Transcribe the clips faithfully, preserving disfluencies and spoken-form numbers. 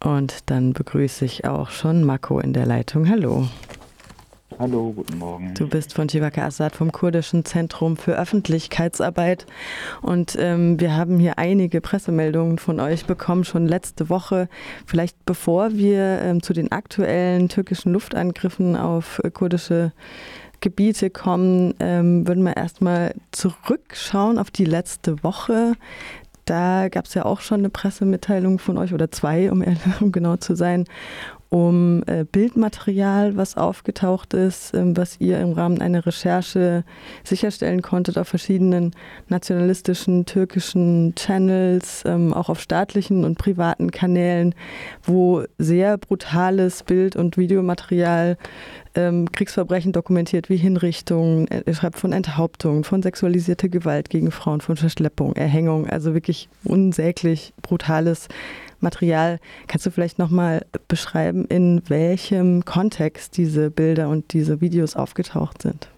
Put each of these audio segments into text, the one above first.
Und dann begrüße ich auch schon Mako in der Leitung. Hallo. Hallo, guten Morgen. Du bist von Chivaka Assad vom Kurdischen Zentrum für Öffentlichkeitsarbeit und ähm, wir haben hier einige Pressemeldungen von euch bekommen, schon letzte Woche. Vielleicht bevor wir ähm, zu den aktuellen türkischen Luftangriffen auf äh, kurdische Gebiete kommen, ähm, würden wir erstmal zurückschauen auf die letzte Woche. Da gab es ja auch schon eine Pressemitteilung von euch, oder zwei, um, um genau zu sein, um äh, Bildmaterial, was aufgetaucht ist, ähm, was ihr im Rahmen einer Recherche sicherstellen konntet auf verschiedenen nationalistischen türkischen Channels, ähm, auch auf staatlichen und privaten Kanälen, wo sehr brutales Bild- und Videomaterial ähm, Kriegsverbrechen dokumentiert, wie Hinrichtungen, er schreibt von Enthauptungen, von sexualisierter Gewalt gegen Frauen, von Verschleppung, Erhängung, also wirklich unsäglich brutales Material. Kannst du vielleicht nochmal beschreiben, in welchem Kontext diese Bilder und diese Videos aufgetaucht sind?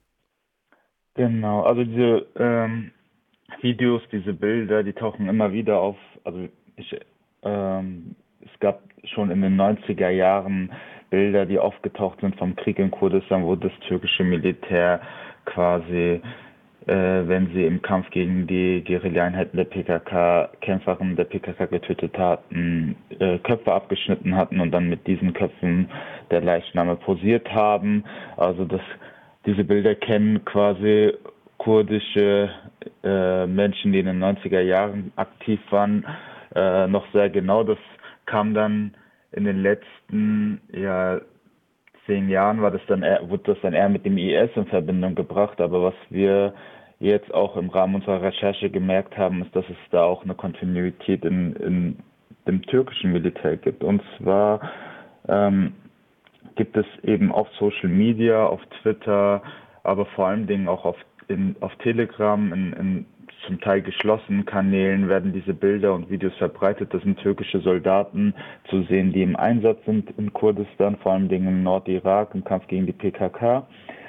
Genau, also diese ähm, Videos, diese Bilder, die tauchen immer wieder auf. Also ich, ähm, es gab schon in den neunziger Jahren Bilder, die aufgetaucht sind vom Krieg in Kurdistan, wo das türkische Militär quasi, äh, wenn sie im Kampf gegen die Guerilla-Einheiten der P K K, Kämpferinnen der P K K getötet hatten, äh, Köpfe abgeschnitten hatten und dann mit diesen Köpfen der Leichname posiert haben. Also das, diese Bilder kennen quasi kurdische äh, Menschen, die in den neunziger Jahren aktiv waren, äh, noch sehr genau. Das kam dann in den letzten ja, zehn Jahren war das dann eher, wurde das dann eher mit dem I S in Verbindung gebracht. Aber was wir jetzt auch im Rahmen unserer Recherche gemerkt haben, ist, dass es da auch eine Kontinuität in, in dem türkischen Militär gibt. Und zwar ähm, gibt es eben auf Social Media, auf Twitter, aber vor allen Dingen auch auf, in, auf Telegram, in, in zum Teil geschlossenen Kanälen werden diese Bilder und Videos verbreitet. Das sind türkische Soldaten zu sehen, die im Einsatz sind in Kurdistan, vor allen Dingen im Nordirak, im Kampf gegen die P K K.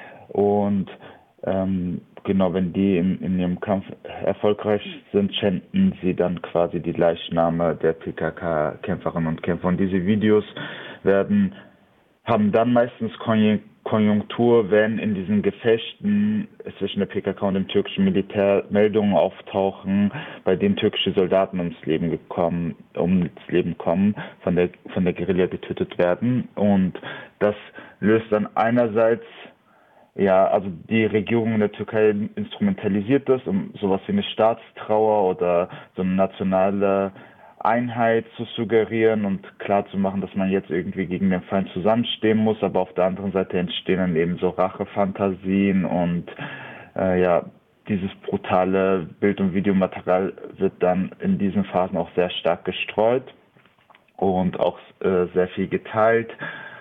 Und ähm, genau, wenn die in, in ihrem Kampf erfolgreich sind, schänden sie dann quasi die Leichname der P K K-Kämpferinnen und Kämpfer. Und diese Videos werden haben dann meistens Konjunktur, wenn in diesen Gefechten zwischen der P K K und dem türkischen Militär Meldungen auftauchen, bei denen türkische Soldaten ums Leben gekommen, ums Leben kommen, von der von der Guerilla getötet werden. Und das löst dann einerseits, ja, also die Regierung in der Türkei instrumentalisiert das, um sowas wie eine Staatstrauer oder so eine nationale Einheit zu suggerieren und klar zu machen, dass man jetzt irgendwie gegen den Feind zusammenstehen muss, aber auf der anderen Seite entstehen dann eben so Rachefantasien und äh, ja, dieses brutale Bild- und Videomaterial wird dann in diesen Phasen auch sehr stark gestreut und auch äh, sehr viel geteilt.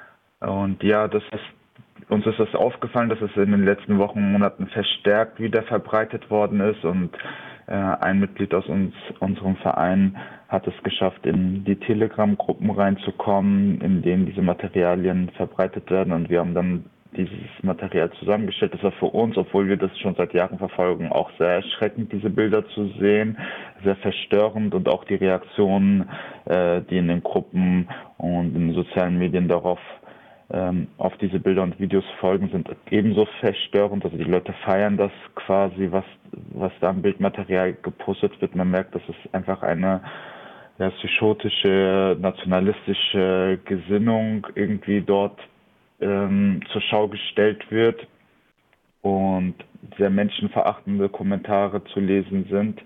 Und ja, das ist, uns ist das aufgefallen, dass es in den letzten Wochen und Monaten verstärkt wieder verbreitet worden ist und äh, ein Mitglied aus uns, unserem Verein hat es geschafft, in die Telegram-Gruppen reinzukommen, in denen diese Materialien verbreitet werden und wir haben dann dieses Material zusammengestellt. Das war für uns, obwohl wir das schon seit Jahren verfolgen, auch sehr erschreckend, diese Bilder zu sehen, sehr verstörend und auch die Reaktionen, äh, die in den Gruppen und in den sozialen Medien darauf ähm, auf diese Bilder und Videos folgen, sind ebenso verstörend. Also die Leute feiern das quasi, was, was da am Bildmaterial gepostet wird. Man merkt, dass es einfach eine ja, psychotische, nationalistische Gesinnung irgendwie dort ähm, zur Schau gestellt wird und sehr menschenverachtende Kommentare zu lesen sind.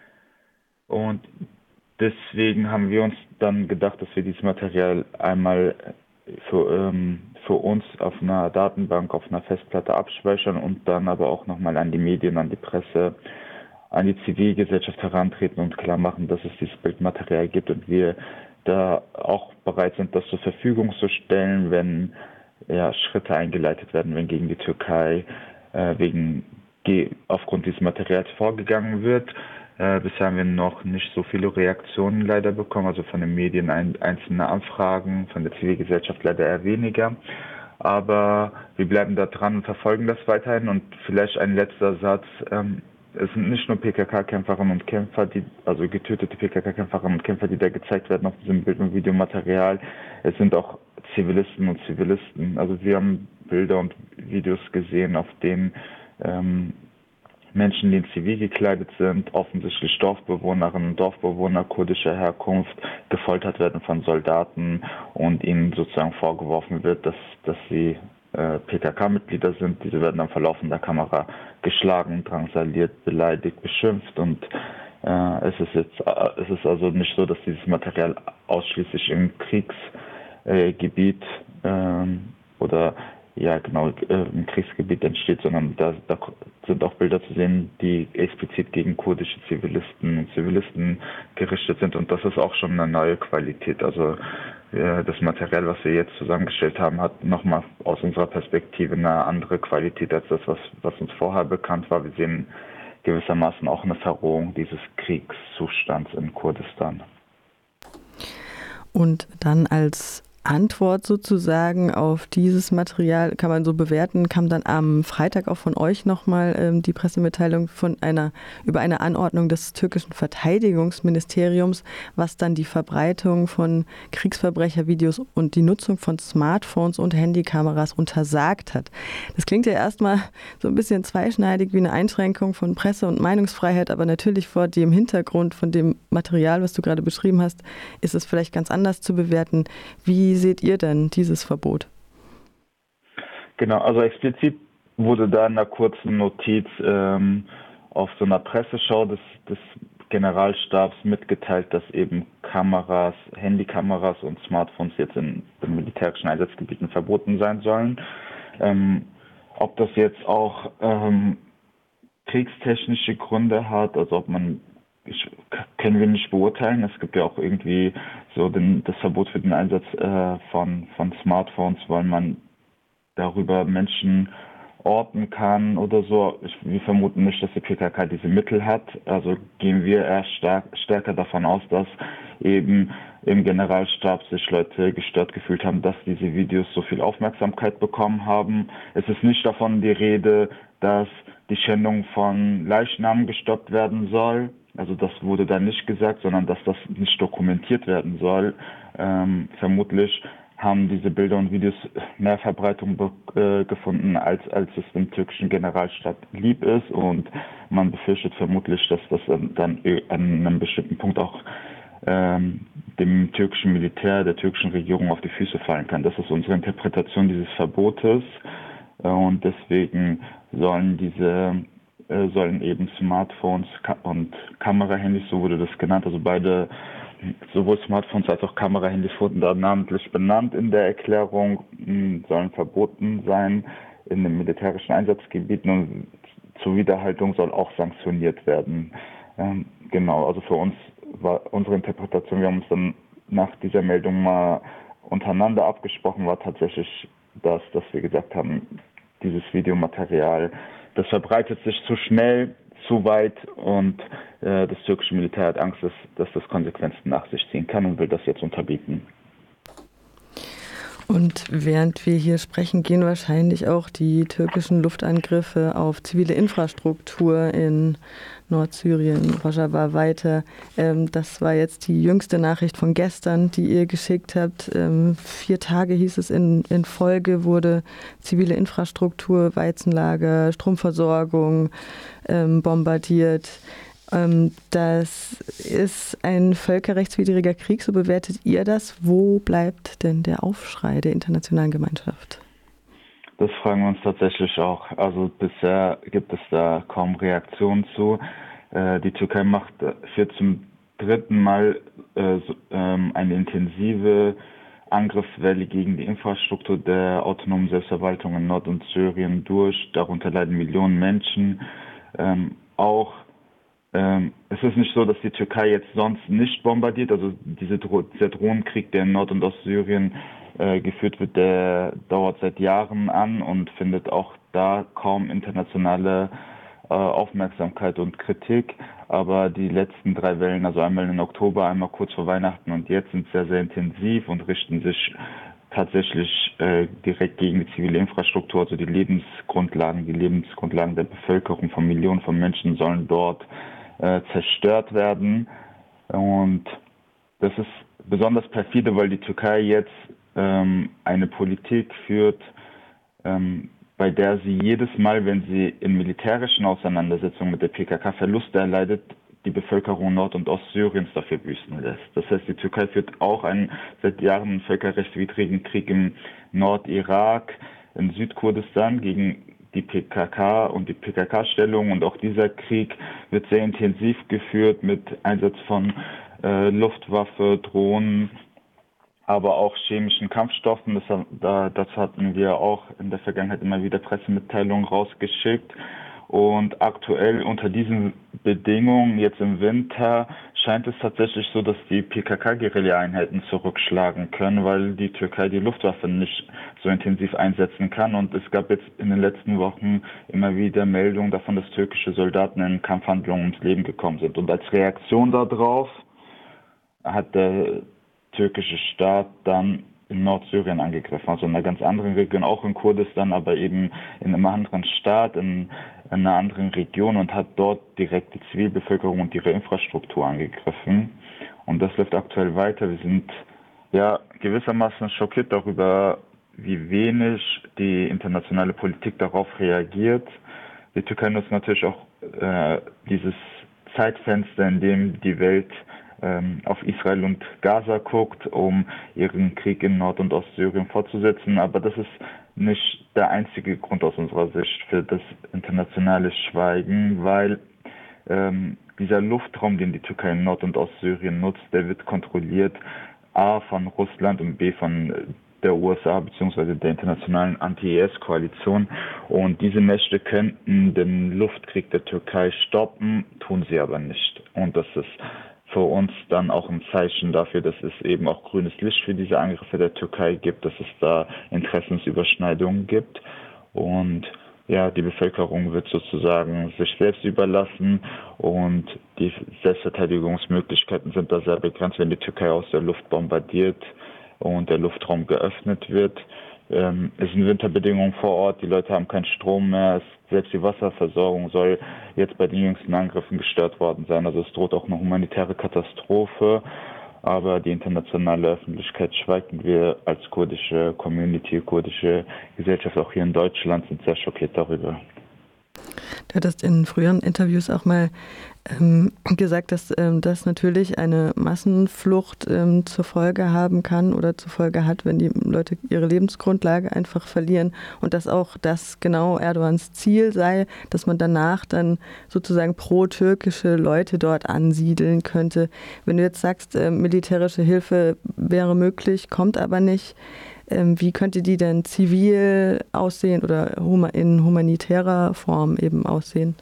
Und deswegen haben wir uns dann gedacht, dass wir dieses Material einmal für, ähm, für uns auf einer Datenbank, auf einer Festplatte abspeichern und dann aber auch nochmal an die Medien, an die Presse, an die Zivilgesellschaft herantreten und klar machen, dass es dieses Bildmaterial gibt und wir da auch bereit sind, das zur Verfügung zu stellen, wenn ja, Schritte eingeleitet werden, wenn gegen die Türkei äh, wegen aufgrund dieses Materials vorgegangen wird. Äh, bisher haben wir noch nicht so viele Reaktionen leider bekommen, also von den Medien ein, einzelne Anfragen, von der Zivilgesellschaft leider eher weniger. Aber wir bleiben da dran und verfolgen das weiterhin. Und vielleicht ein letzter Satz. Ähm, es sind nicht nur P K K-Kämpferinnen und Kämpfer, die, also getötete P K K-Kämpferinnen und Kämpfer, die da gezeigt werden auf diesem Bild- und Videomaterial. Es sind auch Zivilisten und Zivilisten. Also wir haben Bilder und Videos gesehen, auf denen ähm, Menschen, die in Zivil gekleidet sind, offensichtlich Dorfbewohnerinnen und Dorfbewohner kurdischer Herkunft, gefoltert werden von Soldaten und ihnen sozusagen vorgeworfen wird, dass, dass sie äh, P K K-Mitglieder sind. Diese werden dann vor laufender Kamera geschlagen, drangsaliert, beleidigt, beschimpft und äh, es ist jetzt, äh, es ist also nicht so, dass dieses Material ausschließlich im Kriegsgebiet äh, ähm, oder ja genau äh, im Kriegsgebiet entsteht, sondern da, da sind auch Bilder zu sehen, die explizit gegen kurdische Zivilisten und Zivilisten gerichtet sind und das ist auch schon eine neue Qualität. Also äh, das Material, was wir jetzt zusammengestellt haben, hat nochmal aus unserer Perspektive eine andere Qualität als das, was, was uns vorher bekannt war. Wir sehen gewissermaßen auch eine Verrohung dieses Kriegszustands in Kurdistan. Und dann als Antwort sozusagen auf dieses Material, kann man so bewerten, kam dann am Freitag auch von euch nochmal ähm, die Pressemitteilung von einer, über eine Anordnung des türkischen Verteidigungsministeriums, was dann die Verbreitung von Kriegsverbrechervideos und die Nutzung von Smartphones und Handykameras untersagt hat. Das klingt ja erstmal so ein bisschen zweischneidig wie eine Einschränkung von Presse- und Meinungsfreiheit, aber natürlich vor dem Hintergrund von dem Material, was du gerade beschrieben hast, ist es vielleicht ganz anders zu bewerten. Wie seht ihr denn dieses Verbot? Genau, also explizit wurde da in einer kurzen Notiz ähm, auf so einer Presseschau des, des Generalstabs mitgeteilt, dass eben Kameras, Handykameras und Smartphones jetzt in den militärischen Einsatzgebieten verboten sein sollen. Ähm, ob das jetzt auch ähm, kriegstechnische Gründe hat, also ob man, ich, können wir nicht beurteilen. Es gibt ja auch irgendwie so den, das Verbot für den Einsatz äh, von, von Smartphones, weil man darüber Menschen orten kann oder so. Ich, wir vermuten nicht, dass die P K K diese Mittel hat. Also gehen wir eher stark, stärker davon aus, dass eben im Generalstab sich Leute gestört gefühlt haben, dass diese Videos so viel Aufmerksamkeit bekommen haben. Es ist nicht davon die Rede, dass die Schändung von Leichnamen gestoppt werden soll. Also das wurde da nicht gesagt, sondern dass das nicht dokumentiert werden soll. Ähm, vermutlich haben diese Bilder und Videos mehr Verbreitung äh, gefunden, als, als es dem türkischen Generalstab lieb ist. Und man befürchtet vermutlich, dass das dann an einem bestimmten Punkt auch ähm, dem türkischen Militär, der türkischen Regierung auf die Füße fallen kann. Das ist unsere Interpretation dieses Verbotes. Äh, und deswegen sollen diese äh, sollen eben Smartphones und Kamerahandys, so wurde das genannt, also beide sowohl Smartphones als auch Kamerahandys wurden da namentlich benannt in der Erklärung, sollen verboten sein in den militärischen Einsatzgebieten und zur Wiederhaltung soll auch sanktioniert werden. Ähm, genau, also für uns war unsere Interpretation, wir haben uns dann nach dieser Meldung mal untereinander abgesprochen, war tatsächlich das, dass wir gesagt haben, dieses Videomaterial, das verbreitet sich zu schnell, zu weit und äh, das türkische Militär hat Angst, dass, dass das Konsequenzen nach sich ziehen kann und will das jetzt unterbieten. Und während wir hier sprechen, gehen wahrscheinlich auch die türkischen Luftangriffe auf zivile Infrastruktur in Nordsyrien, Rojava weiter. Ähm, das war jetzt die jüngste Nachricht von gestern, die ihr geschickt habt. Ähm, vier Tage hieß es in, in Folge, wurde zivile Infrastruktur, Weizenlager, Stromversorgung ähm, bombardiert. Das ist ein völkerrechtswidriger Krieg, so bewertet ihr das. Wo bleibt denn der Aufschrei der internationalen Gemeinschaft? Das fragen wir uns tatsächlich auch. Also bisher gibt es da kaum Reaktionen zu. Die Türkei macht für zum dritten Mal eine intensive Angriffswelle gegen die Infrastruktur der autonomen Selbstverwaltung in Nord- und Syrien durch. Darunter leiden Millionen Menschen. Auch Ähm, es ist nicht so, dass die Türkei jetzt sonst nicht bombardiert. Also diese Dro dieser Drohnenkrieg, der in Nord- und Ostsyrien äh, geführt wird, der dauert seit Jahren an und findet auch da kaum internationale äh, Aufmerksamkeit und Kritik. Aber die letzten drei Wellen, also einmal im Oktober, einmal kurz vor Weihnachten und jetzt, sind sehr, sehr intensiv und richten sich tatsächlich äh, direkt gegen die zivile Infrastruktur, also die Lebensgrundlagen, die Lebensgrundlagen der Bevölkerung von Millionen von Menschen sollen dort äh, zerstört werden. Und das ist besonders perfide, weil die Türkei jetzt ähm, eine Politik führt, ähm, bei der sie jedes Mal, wenn sie in militärischen Auseinandersetzungen mit der P K K Verluste erleidet, die Bevölkerung Nord- und Ostsyriens dafür büßen lässt. Das heißt, die Türkei führt auch einen seit Jahren völkerrechtswidrigen Krieg im Nordirak, in Südkurdistan gegen die P K K und die P K K-Stellung. Und auch dieser Krieg wird sehr intensiv geführt mit Einsatz von äh, Luftwaffe, Drohnen, aber auch chemischen Kampfstoffen. Das, da, das hatten wir auch in der Vergangenheit immer wieder Pressemitteilungen rausgeschickt. Und aktuell unter diesen Bedingungen, jetzt im Winter, scheint es tatsächlich so, dass die P K K-Guerilla-Einheiten zurückschlagen können, weil die Türkei die Luftwaffe nicht so intensiv einsetzen kann. Und es gab jetzt in den letzten Wochen immer wieder Meldungen davon, dass türkische Soldaten in Kampfhandlungen ums Leben gekommen sind. Und als Reaktion darauf hat der türkische Staat dann in Nordsyrien angegriffen, also in einer ganz anderen Region, auch in Kurdistan, aber eben in einem anderen Staat, in, in einer anderen Region und hat dort direkt die Zivilbevölkerung und ihre Infrastruktur angegriffen. Und das läuft aktuell weiter. Wir sind ja gewissermaßen schockiert darüber, wie wenig die internationale Politik darauf reagiert. Die Türkei nutzt natürlich auch äh, dieses Zeitfenster, in dem die Welt auf Israel und Gaza guckt, um ihren Krieg in Nord- und Ostsyrien fortzusetzen. Aber das ist nicht der einzige Grund aus unserer Sicht für das internationale Schweigen, weil ähm, dieser Luftraum, den die Türkei in Nord- und Ostsyrien nutzt, der wird kontrolliert A von Russland und B von der U S A bzw. der internationalen Anti-I S-Koalition. Und diese Mächte könnten den Luftkrieg der Türkei stoppen, tun sie aber nicht. Und das ist für uns dann auch ein Zeichen dafür, dass es eben auch grünes Licht für diese Angriffe der Türkei gibt, dass es da Interessensüberschneidungen gibt. Und ja, die Bevölkerung wird sozusagen sich selbst überlassen und die Selbstverteidigungsmöglichkeiten sind da sehr begrenzt, wenn die Türkei aus der Luft bombardiert und der Luftraum geöffnet wird. Ähm, es sind Winterbedingungen vor Ort, die Leute haben keinen Strom mehr, es, selbst die Wasserversorgung soll jetzt bei den jüngsten Angriffen gestört worden sein. Also es droht auch eine humanitäre Katastrophe, aber die internationale Öffentlichkeit schweigt und wir als kurdische Community, kurdische Gesellschaft auch hier in Deutschland sind sehr schockiert darüber. Du hattest in früheren Interviews auch mal ähm, gesagt, dass ähm, das natürlich eine Massenflucht ähm, zur Folge haben kann oder zur Folge hat, wenn die Leute ihre Lebensgrundlage einfach verlieren und dass auch das genau Erdogans Ziel sei, dass man danach dann sozusagen pro-türkische Leute dort ansiedeln könnte. Wenn du jetzt sagst, äh, militärische Hilfe wäre möglich, kommt aber nicht, wie könnte die denn zivil aussehen oder in humanitärer Form eben aussehen?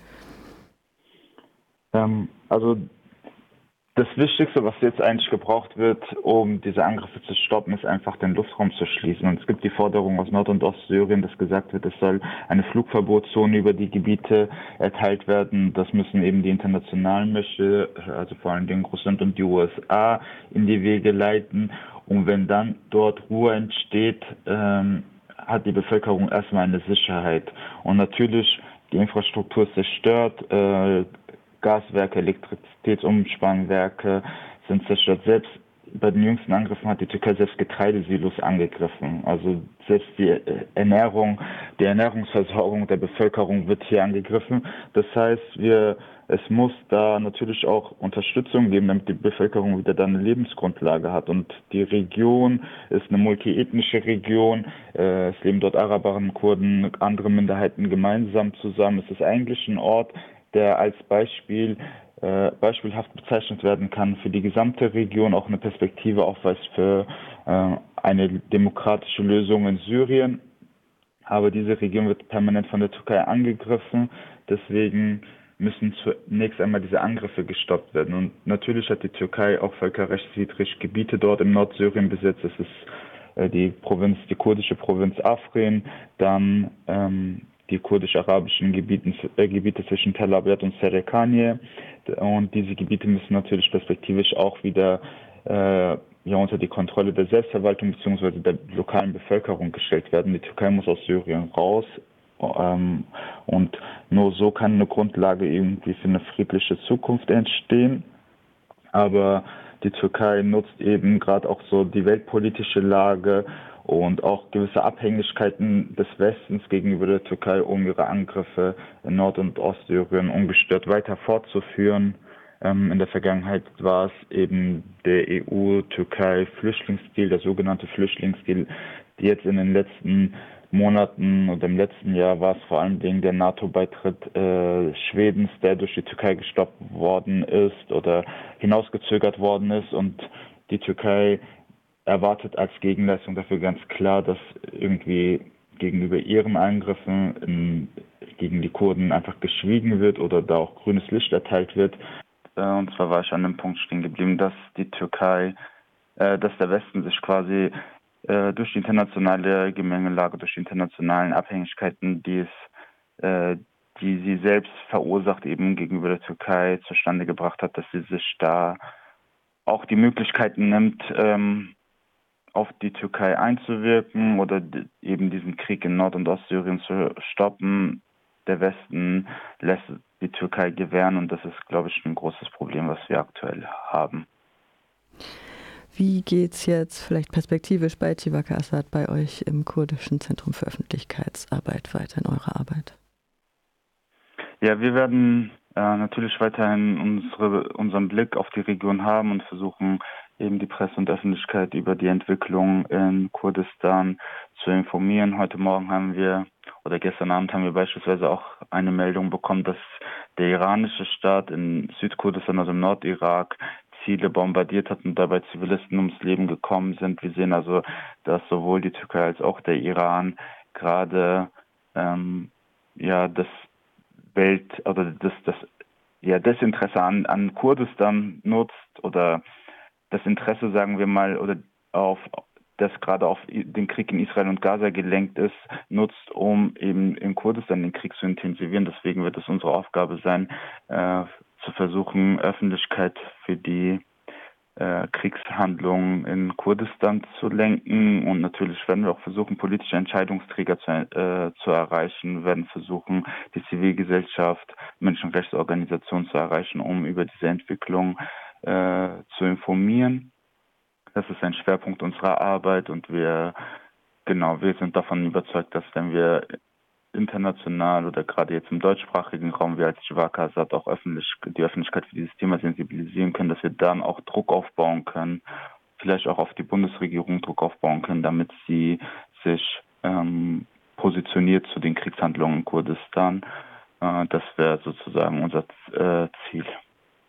Ähm, also das Wichtigste, was jetzt eigentlich gebraucht wird, um diese Angriffe zu stoppen, ist einfach den Luftraum zu schließen. Und es gibt die Forderung aus Nord- und Ostsyrien, dass gesagt wird, es soll eine Flugverbotszone über die Gebiete erteilt werden. Das müssen eben die internationalen Mächte, also vor allen Dingen Russland und die U S A, in die Wege leiten. Und wenn dann dort Ruhe entsteht, ähm, hat die Bevölkerung erstmal eine Sicherheit. Und natürlich, die Infrastruktur ist zerstört, äh, Gaswerke, Elektrizitätsumspannwerke sind zerstört. Selbst bei den jüngsten Angriffen hat die Türkei selbst Getreidesilos angegriffen. Also selbst die Ernährung, die Ernährungsversorgung der Bevölkerung wird hier angegriffen. Das heißt, wir, es muss da natürlich auch Unterstützung geben, damit die Bevölkerung wieder da eine Lebensgrundlage hat. Und die Region ist eine multiethnische Region. Es leben dort Araber, Kurden, andere Minderheiten gemeinsam zusammen. Es ist eigentlich ein Ort, der als Beispiel äh, beispielhaft bezeichnet werden kann für die gesamte Region, auch eine Perspektive aufweist für äh, eine demokratische Lösung in Syrien. Aber diese Region wird permanent von der Türkei angegriffen, deswegen müssen zunächst einmal diese Angriffe gestoppt werden. Und natürlich hat die Türkei auch völkerrechtswidrig Gebiete dort im Nordsyrien besetzt. Das ist äh, die Provinz, die kurdische Provinz Afrin, dann ähm, die kurdisch-arabischen Gebieten, äh, Gebiete zwischen Tel Abyad und Serekanie. Und diese Gebiete müssen natürlich perspektivisch auch wieder äh, ja unter die Kontrolle der Selbstverwaltung bzw. der lokalen Bevölkerung gestellt werden. Die Türkei muss aus Syrien raus. Ähm, und nur so kann eine Grundlage irgendwie für eine friedliche Zukunft entstehen. Aber die Türkei nutzt eben gerade auch so die weltpolitische Lage und auch gewisse Abhängigkeiten des Westens gegenüber der Türkei, um ihre Angriffe in Nord- und Ostsyrien ungestört weiter fortzuführen. Ähm, in der Vergangenheit war es eben der E U-Türkei-Flüchtlingsdeal, der sogenannte Flüchtlingsdeal, die jetzt in den letzten Monaten und im letzten Jahr war es vor allem wegen der NATO-Beitritt äh, Schwedens, der durch die Türkei gestoppt worden ist oder hinausgezögert worden ist. Und die Türkei erwartet als Gegenleistung dafür ganz klar, dass irgendwie gegenüber ihren Angriffen in, gegen die Kurden einfach geschwiegen wird oder da auch grünes Licht erteilt wird. Äh, und zwar war ich an dem Punkt stehen geblieben, dass die Türkei, äh, dass der Westen sich quasi äh, durch die internationale Gemengelage, durch die internationalen Abhängigkeiten, die es, äh, die sie selbst verursacht, eben gegenüber der Türkei zustande gebracht hat, dass sie sich da auch die Möglichkeiten nimmt, ähm, auf die Türkei einzuwirken oder d- eben diesen Krieg in Nord- und Ostsyrien zu stoppen. Der Westen lässt die Türkei gewähren und das ist, glaube ich, ein großes Problem, was wir aktuell haben. Wie geht's jetzt vielleicht perspektivisch bei Tivaka Assad bei euch im Kurdischen Zentrum für Öffentlichkeitsarbeit weiter in eurer Arbeit? Ja, wir werden äh, natürlich weiterhin unsere, unseren Blick auf die Region haben und versuchen, eben die Presse und Öffentlichkeit über die Entwicklung in Kurdistan zu informieren. Heute Morgen haben wir, oder gestern Abend haben wir beispielsweise auch eine Meldung bekommen, dass der iranische Staat in Südkurdistan, also im Nordirak, Ziele bombardiert hat und dabei Zivilisten ums Leben gekommen sind. Wir sehen also, dass sowohl die Türkei als auch der Iran gerade ähm, ja das Welt oder das, das ja, Desinteresse an, an Kurdistan nutzt oder das Interesse, sagen wir mal, oder auf das gerade auf den Krieg in Israel und Gaza gelenkt ist, nutzt, um eben in Kurdistan den Krieg zu intensivieren. Deswegen wird es unsere Aufgabe sein, äh, zu versuchen, Öffentlichkeit für die äh, Kriegshandlungen in Kurdistan zu lenken. Und natürlich werden wir auch versuchen, politische Entscheidungsträger zu, äh, zu erreichen, wir werden versuchen, die Zivilgesellschaft, Menschenrechtsorganisationen zu erreichen, um über diese Entwicklung äh, zu informieren. Das ist ein Schwerpunkt unserer Arbeit und wir, genau, wir sind davon überzeugt, dass wenn wir international oder gerade jetzt im deutschsprachigen Raum, wir als Tivaka Assad auch öffentlich, die Öffentlichkeit für dieses Thema sensibilisieren können, dass wir dann auch Druck aufbauen können, vielleicht auch auf die Bundesregierung Druck aufbauen können, damit sie sich ähm, positioniert zu den Kriegshandlungen in Kurdistan. Äh, das wäre sozusagen unser äh, Ziel.